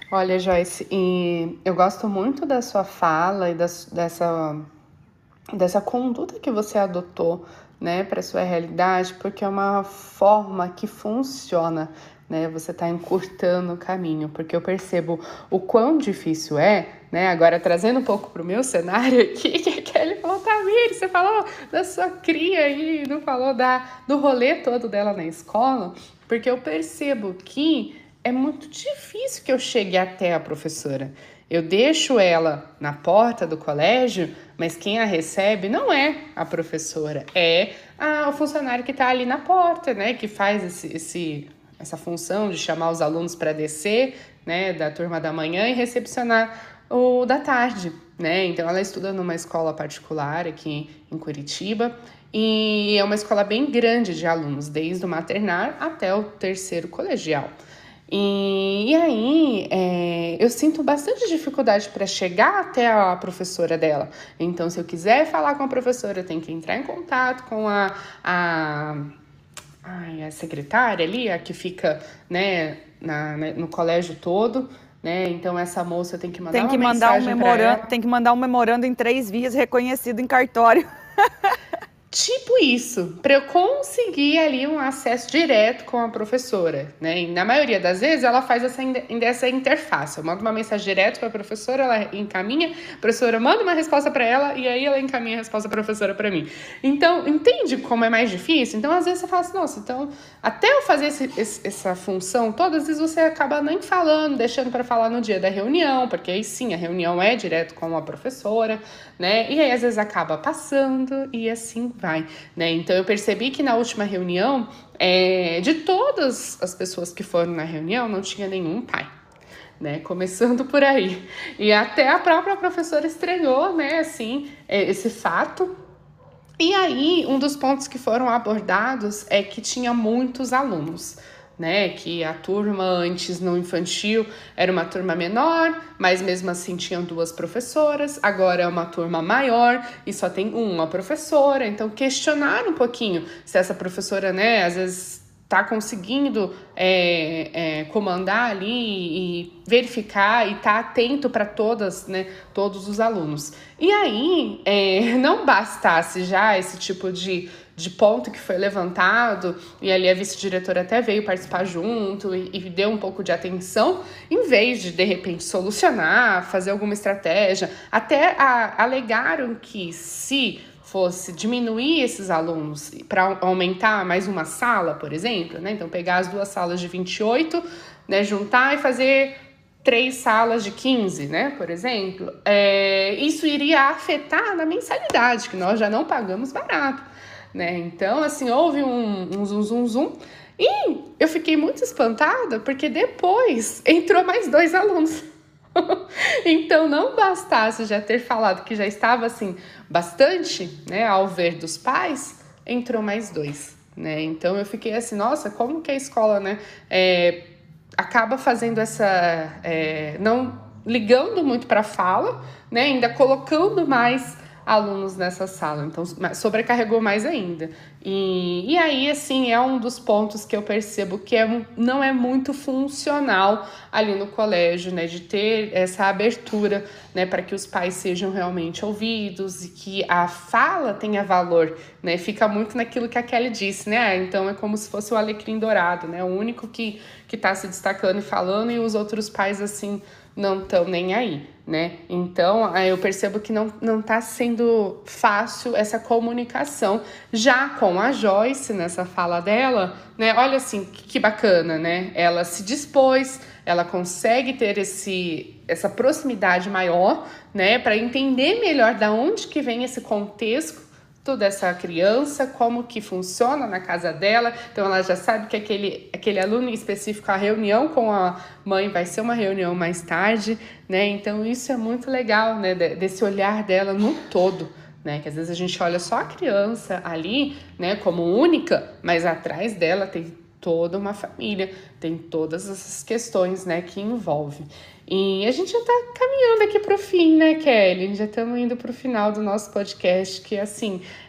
Olha, Joyce, e eu gosto muito da sua fala e das, dessa, dessa conduta que você adotou, né, para sua realidade, porque é uma forma que funciona, né? Você está encurtando o caminho, porque eu percebo o quão difícil é, né? Agora trazendo um pouco para o meu cenário aqui, que a Kelly falou, Tamires, você falou da sua cria aí, não falou da, do rolê todo dela na escola, porque eu percebo que é muito difícil que eu chegue até a professora. Eu deixo ela na porta do colégio, mas quem a recebe não é a professora, é a, o funcionário que está ali na porta, né? Que faz esse, esse, essa função de chamar os alunos para descer, né? Da turma da manhã e recepcionar o da tarde, né? Então ela estuda numa escola particular aqui em Curitiba e é uma escola bem grande de alunos, desde o maternal até o terceiro colegial. E, e aí, é, eu sinto bastante dificuldade para chegar até a professora dela. Então, se eu quiser falar com a professora, eu tenho que entrar em contato com a, a, ai, a secretária ali, a que fica, né, na, né, no colégio todo, né? Então, essa moça tem que mandar Tem que uma mandar um mensagem para memorando, ela. tem que mandar um memorando em três vias reconhecido em cartório. Tipo isso, para eu conseguir ali um acesso direto com a professora, né? E na maioria das vezes ela faz essa, essa interface. Eu mando uma mensagem direto para a professora, ela encaminha, a professora manda uma resposta para ela e aí ela encaminha a resposta da professora para mim. Então, entende como é mais difícil? Então, às vezes você fala assim, nossa, então, até eu fazer esse, esse, essa função toda, às vezes você acaba nem falando, deixando para falar no dia da reunião, porque aí sim, a reunião é direto com a professora, né? E aí, às vezes, acaba passando e assim vai, né? Então, eu percebi que na última reunião, é, de todas as pessoas que foram na reunião, não tinha nenhum pai, né? Começando por aí. E até a própria professora estranhou, né, assim, esse fato. E aí, um dos pontos que foram abordados é que tinha muitos alunos, né? Que a turma antes no infantil era uma turma menor, mas mesmo assim tinham duas professoras, agora é uma turma maior e só tem uma professora. Então, questionar um pouquinho se essa professora, né, às vezes tá conseguindo é, é, comandar ali e verificar e tá atento para todas, né, todos os alunos. E aí, é, não bastasse já esse tipo de, de ponto que foi levantado, e ali a vice-diretora até veio participar junto e, e deu um pouco de atenção, em vez de, de repente, solucionar, fazer alguma estratégia, até a, alegaram que se fosse diminuir esses alunos para aumentar mais uma sala, por exemplo, né? Então pegar as duas salas de vinte e oito, né, juntar e fazer três salas de quinze, né, por exemplo, é, isso iria afetar na mensalidade, que nós já não pagamos barato, né? Então, assim, houve um, um zum, zum, zum, e eu fiquei muito espantada, porque depois entrou mais dois alunos. Então, não bastasse já ter falado que já estava, assim, bastante, né, ao ver dos pais, entrou mais dois, né? Então, eu fiquei assim, nossa, como que a escola, né, é, acaba fazendo essa... É, não ligando muito para a fala, né, ainda colocando mais alunos nessa sala, então sobrecarregou mais ainda. E, e aí, assim, é um dos pontos que eu percebo que é, não é muito funcional ali no colégio, né, de ter essa abertura, né, para que os pais sejam realmente ouvidos e que a fala tenha valor, né, fica muito naquilo que a Kelly disse, né, então é como se fosse o alecrim dourado, né, o único que que está se destacando e falando e os outros pais, assim, não estão nem aí, né? Então, eu percebo que não, não tá sendo fácil essa comunicação. Já com a Joyce, nessa fala dela, né? Olha assim, que, que bacana, né? Ela se dispôs, ela consegue ter esse, essa proximidade maior, né? Para entender melhor da onde que vem esse contexto dessa criança, como que funciona na casa dela. Então ela já sabe que aquele, aquele aluno específico, a reunião com a mãe vai ser uma reunião mais tarde, né? Então isso é muito legal, né? Desse olhar dela no todo, né? Que às vezes a gente olha só a criança ali, né, como única, mas atrás dela tem toda uma família, tem todas essas questões, né, que envolve. E a gente já tá caminhando aqui pro fim, né, Kelly? Já estamos indo pro final do nosso podcast, que, assim,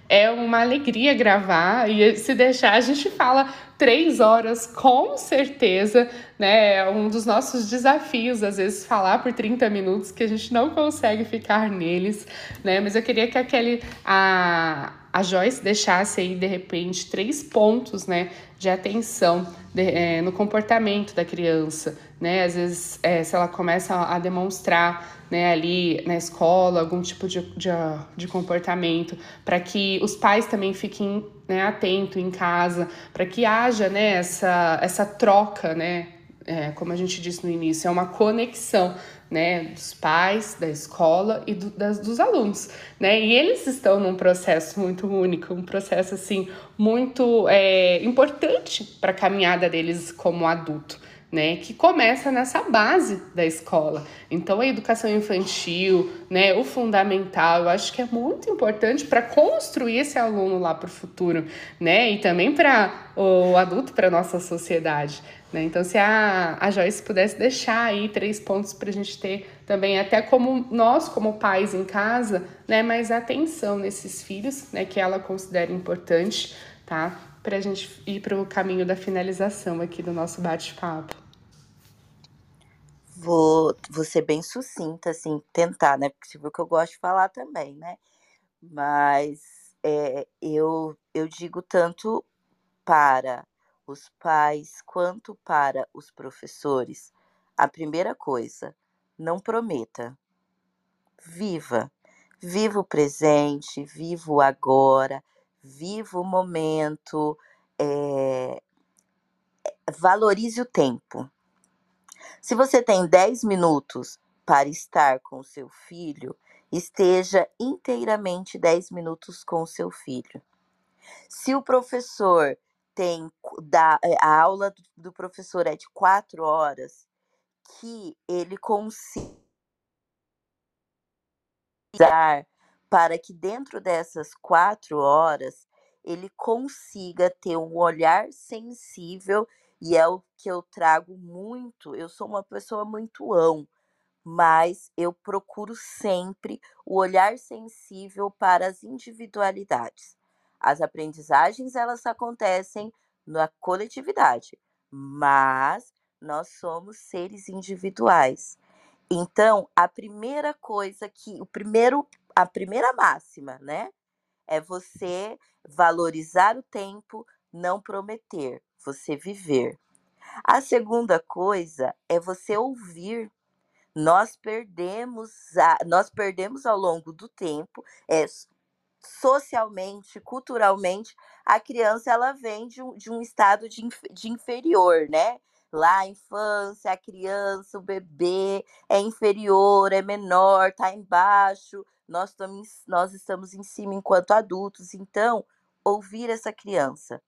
é uma alegria gravar, e se deixar, a gente fala três horas, com certeza, né? É um dos nossos desafios, às vezes, falar por trinta minutos, que a gente não consegue ficar neles, né? Mas eu queria que aquele, a, a Joyce deixasse aí, de repente, três pontos, né, de atenção de, é, no comportamento da criança, né? Às vezes, é, se ela começa a demonstrar, né, ali na escola, algum tipo de, de, de comportamento, para que os pais também fiquem, né, atentos em casa, para que haja, né, essa, essa troca, né, é, como a gente disse no início, é uma conexão, né, dos pais, da escola e do, das, dos alunos, né, e eles estão num processo muito único, um processo, assim, muito é, importante para a caminhada deles como adulto, né, que começa nessa base da escola. Então, a educação infantil, né, o fundamental, eu acho que é muito importante para construir esse aluno lá para o futuro, né, e também para o adulto, para a nossa sociedade, né. Então, se a, a Joyce pudesse deixar aí três pontos para a gente ter também, até como nós, como pais em casa, né, mais atenção nesses filhos, né, que ela considera importante, tá? Para a gente ir para o caminho da finalização aqui do nosso bate-papo. Vou, vou ser bem sucinta, assim, tentar, né? Porque você viu que eu gosto de falar também, né? Mas é, eu, eu digo tanto para os pais quanto para os professores. A primeira coisa, não prometa. Viva. Viva o presente, viva o agora, viva o momento, é, valorize o tempo. Se você tem dez minutos para estar com o seu filho, esteja inteiramente dez minutos com o seu filho. Se o professor tem da, a aula do professor é de quatro horas, que ele consiga para que dentro dessas quatro horas ele consiga ter um olhar sensível, e é o que eu trago muito. Eu sou uma pessoa muito ão, mas eu procuro sempre o olhar sensível para as individualidades. As aprendizagens, elas acontecem na coletividade, mas nós somos seres individuais. Então, a primeira coisa que o primeiro a primeira máxima, né, é você valorizar o tempo, não prometer, você viver. A segunda coisa é você ouvir. Nós perdemos a nós perdemos ao longo do tempo, é socialmente, culturalmente, a criança ela vem de um de um estado de inf de inferior, né. Lá a infância, a criança, o bebê é inferior, é menor, tá embaixo, nós estamos nós estamos em cima enquanto adultos, então, ouvir essa criança.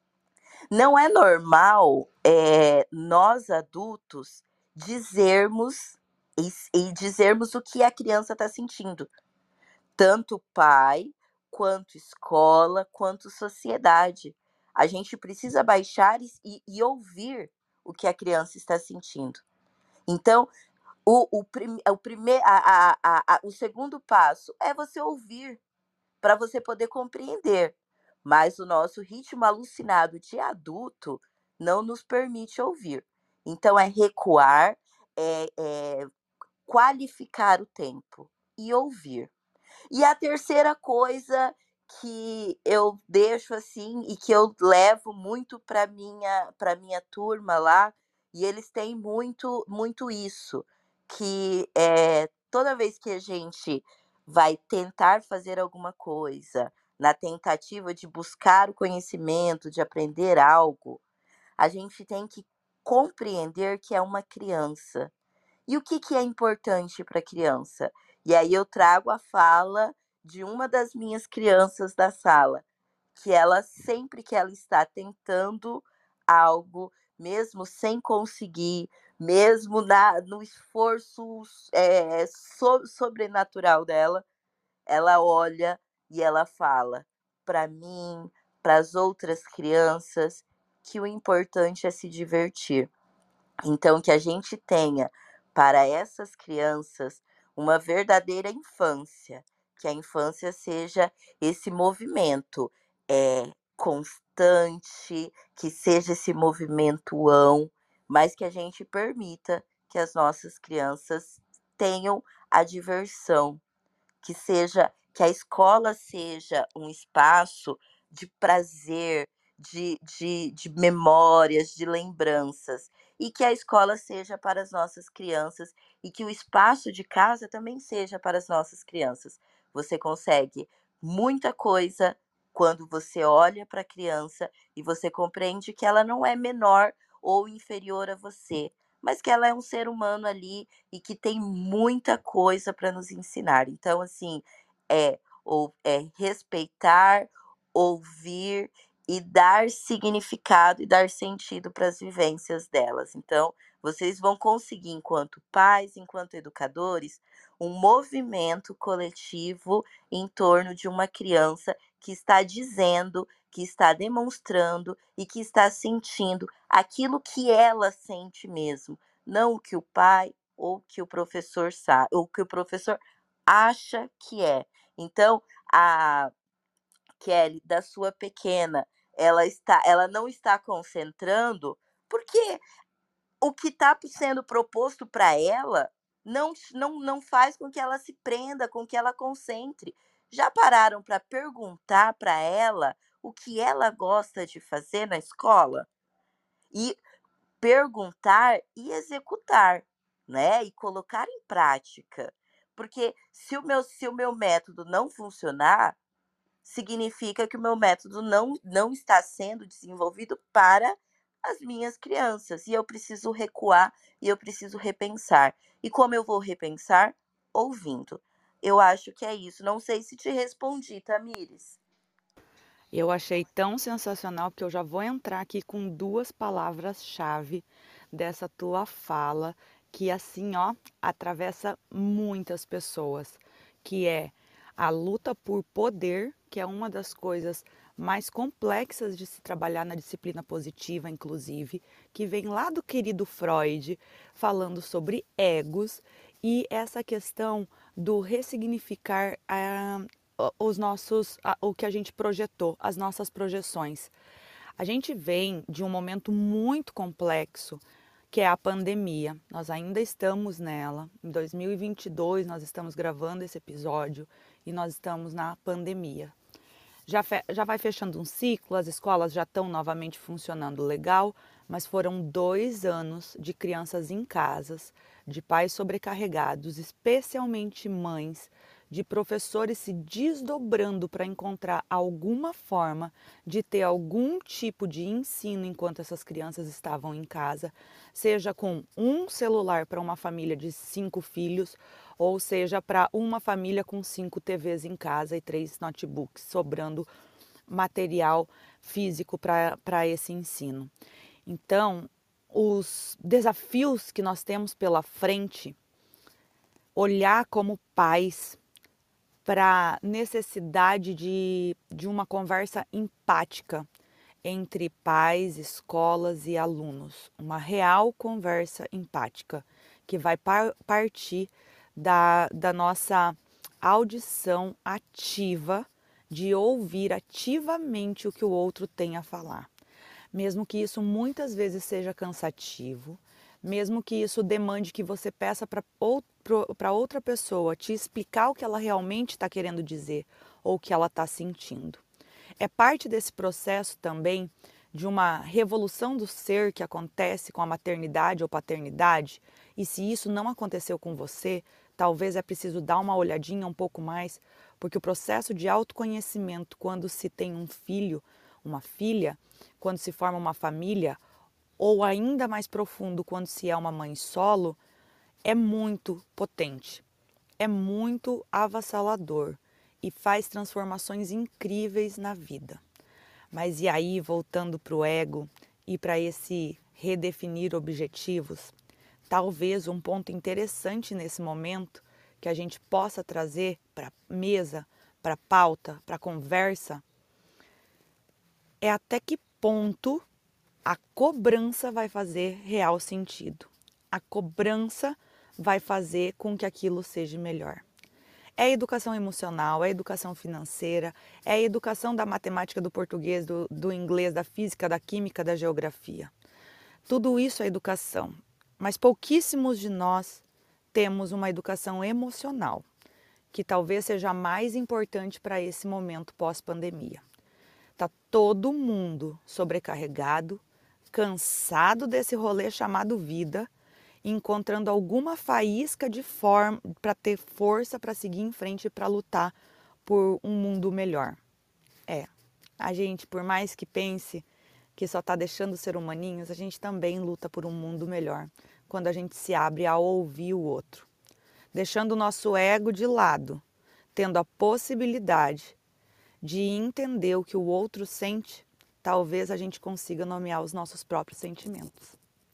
Não é normal, eh, nós adultos dizermos e e dizermos o que a criança está sentindo. Tanto pai, quanto escola, quanto sociedade. A gente precisa baixar e e ouvir o que a criança está sentindo. Então, o o prime o prime a a a a o segundo passo é você ouvir, para você poder compreender. Mas o nosso ritmo alucinado de adulto não nos permite ouvir. Então é recuar, é é qualificar o tempo e ouvir. E a terceira coisa que eu deixo, assim, e que eu levo muito para minha para minha turma lá, e eles têm muito muito isso, que, é toda vez que a gente vai tentar fazer alguma coisa, na tentativa de buscar o conhecimento, de aprender algo, a gente tem que compreender que é uma criança. E o que que é importante para a criança? E aí eu trago a fala de uma das minhas crianças da sala, que ela sempre que ela está tentando algo, mesmo sem conseguir, mesmo na no esforço, eh, so sobrenatural dela, ela olha e ela fala para mim, para as outras crianças, que o importante é se divertir. Então, que a gente tenha para essas crianças uma verdadeira infância, que a infância seja esse movimento é, constante, que seja esse movimentoão, mas que a gente permita que as nossas crianças tenham a diversão, que seja que a escola seja um espaço de prazer, de, de, de memórias, de lembranças, e que a escola seja para as nossas crianças e que o espaço de casa também seja para as nossas crianças. Você consegue muita coisa quando você olha para a criança e você compreende que ela não é menor ou inferior a você, mas que ela é um ser humano ali e que tem muita coisa para nos ensinar. Então, assim, é, ou, é respeitar, ouvir e dar significado e dar sentido para as vivências delas. Então, vocês vão conseguir, enquanto pais, enquanto educadores, um movimento coletivo em torno de uma criança que está dizendo, que está demonstrando e que está sentindo aquilo que ela sente mesmo, não o que o pai ou que o professor sabe, ou que o professor acha que é. Então, a Kelly, da sua pequena, ela está, ela não está concentrando, porque o que está sendo proposto para ela não, não, não faz com que ela se prenda, com que ela concentre. Já pararam para perguntar para ela o que ela gosta de fazer na escola? E perguntar e executar, né? E colocar em prática. Porque se o meu, se o meu método não funcionar, significa que o meu método não, não está sendo desenvolvido para as minhas crianças. E eu preciso recuar e eu preciso repensar. E como eu vou repensar? Ouvindo. Eu acho que é isso. Não sei se te respondi, Tamires. Eu achei tão sensacional que eu já vou entrar aqui com duas palavras-chave dessa tua fala, que assim, ó, atravessa muitas pessoas, que é a luta por poder, que é uma das coisas mais complexas de se trabalhar na disciplina positiva, inclusive, que vem lá do querido Freud, falando sobre egos e essa questão do ressignificar a os nossos, o que a gente projetou, as nossas projeções. A gente vem de um momento muito complexo, que é a pandemia. Nós ainda estamos nela. Em dois mil e vinte e dois, nós estamos gravando esse episódio e nós estamos na pandemia. Já, fe, já vai fechando um ciclo, as escolas já estão novamente funcionando legal, mas foram dois anos de crianças em casas, de pais sobrecarregados, especialmente mães, de professores se desdobrando para encontrar alguma forma de ter algum tipo de ensino enquanto essas crianças estavam em casa, seja com um celular para uma família de cinco filhos, ou seja para uma família com cinco T Vs em casa e três notebooks, sobrando material físico para esse ensino. Então, os desafios que nós temos pela frente, olhar como pais para a necessidade de, de uma conversa empática entre pais, escolas e alunos. Uma real conversa empática que vai par partir da, da nossa audição ativa, de ouvir ativamente o que o outro tem a falar. Mesmo que isso muitas vezes seja cansativo, mesmo que isso demande que você peça para outra pessoa te explicar o que ela realmente está querendo dizer ou o que ela está sentindo. É parte desse processo também de uma revolução do ser que acontece com a maternidade ou paternidade, e se isso não aconteceu com você, talvez é preciso dar uma olhadinha um pouco mais, porque o processo de autoconhecimento quando se tem um filho, uma filha, quando se forma uma família, ou ainda mais profundo quando se é uma mãe solo, é muito potente, é muito avassalador e faz transformações incríveis na vida. Mas e aí, voltando para o ego e para esse redefinir objetivos, talvez um ponto interessante nesse momento que a gente possa trazer para a mesa, para a pauta, para a conversa, é até que ponto a cobrança vai fazer real sentido. A cobrança vai fazer com que aquilo seja melhor. É a educação emocional, é a educação financeira, é a educação da matemática, do português, do, do inglês, da física, da química, da geografia. Tudo isso é educação, mas pouquíssimos de nós temos uma educação emocional, que talvez seja a mais importante para esse momento pós-pandemia. Está todo mundo sobrecarregado, cansado desse rolê chamado vida, encontrando alguma faísca de forma para ter força para seguir em frente e para lutar por um mundo melhor. É, a gente, por mais que pense que só está deixando ser humaninhos, a gente também luta por um mundo melhor quando a gente se abre a ouvir o outro, deixando o nosso ego de lado, tendo a possibilidade de entender o que o outro sente, talvez a gente consiga nomear os nossos próprios sentimentos.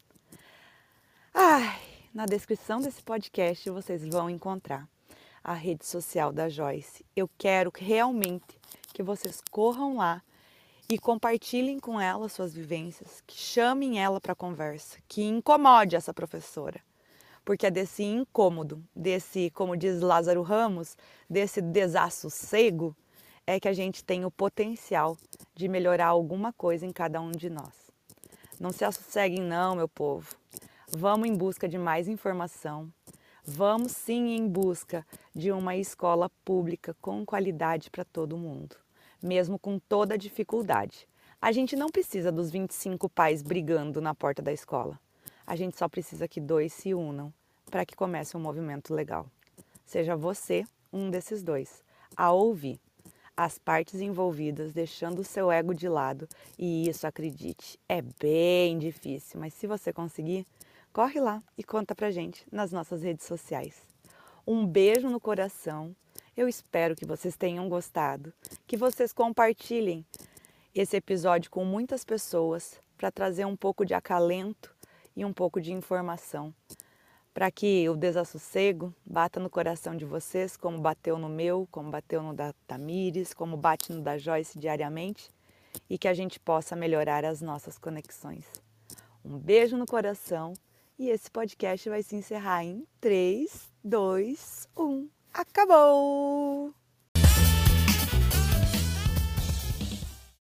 Ai, na descrição desse podcast vocês vão encontrar a rede social da Joyce. Eu quero realmente que vocês corram lá e compartilhem com ela suas vivências, que chamem ela para conversa, que incomode essa professora. Porque é desse incômodo, desse, como diz Lázaro Ramos, desse desassossego, é que a gente tem o potencial de melhorar alguma coisa em cada um de nós. Não se assosseguem não, meu povo. Vamos em busca de mais informação. Vamos sim em busca de uma escola pública com qualidade para todo mundo, mesmo com toda a dificuldade. A gente não precisa dos vinte e cinco pais brigando na porta da escola. A gente só precisa que dois se unam para que comece um movimento legal. Seja você um desses dois, a ouvir as partes envolvidas, deixando o seu ego de lado. E isso, acredite, é bem difícil, mas se você conseguir, corre lá e conta pra gente nas nossas redes sociais. Um beijo no coração, eu espero que vocês tenham gostado, que vocês compartilhem esse episódio com muitas pessoas para trazer um pouco de acalento e um pouco de informação, para que o desassossego bata no coração de vocês, como bateu no meu, como bateu no da Tamires, como bate no da Joyce diariamente, e que a gente possa melhorar as nossas conexões. Um beijo no coração e esse podcast vai se encerrar em três, dois, um. Acabou!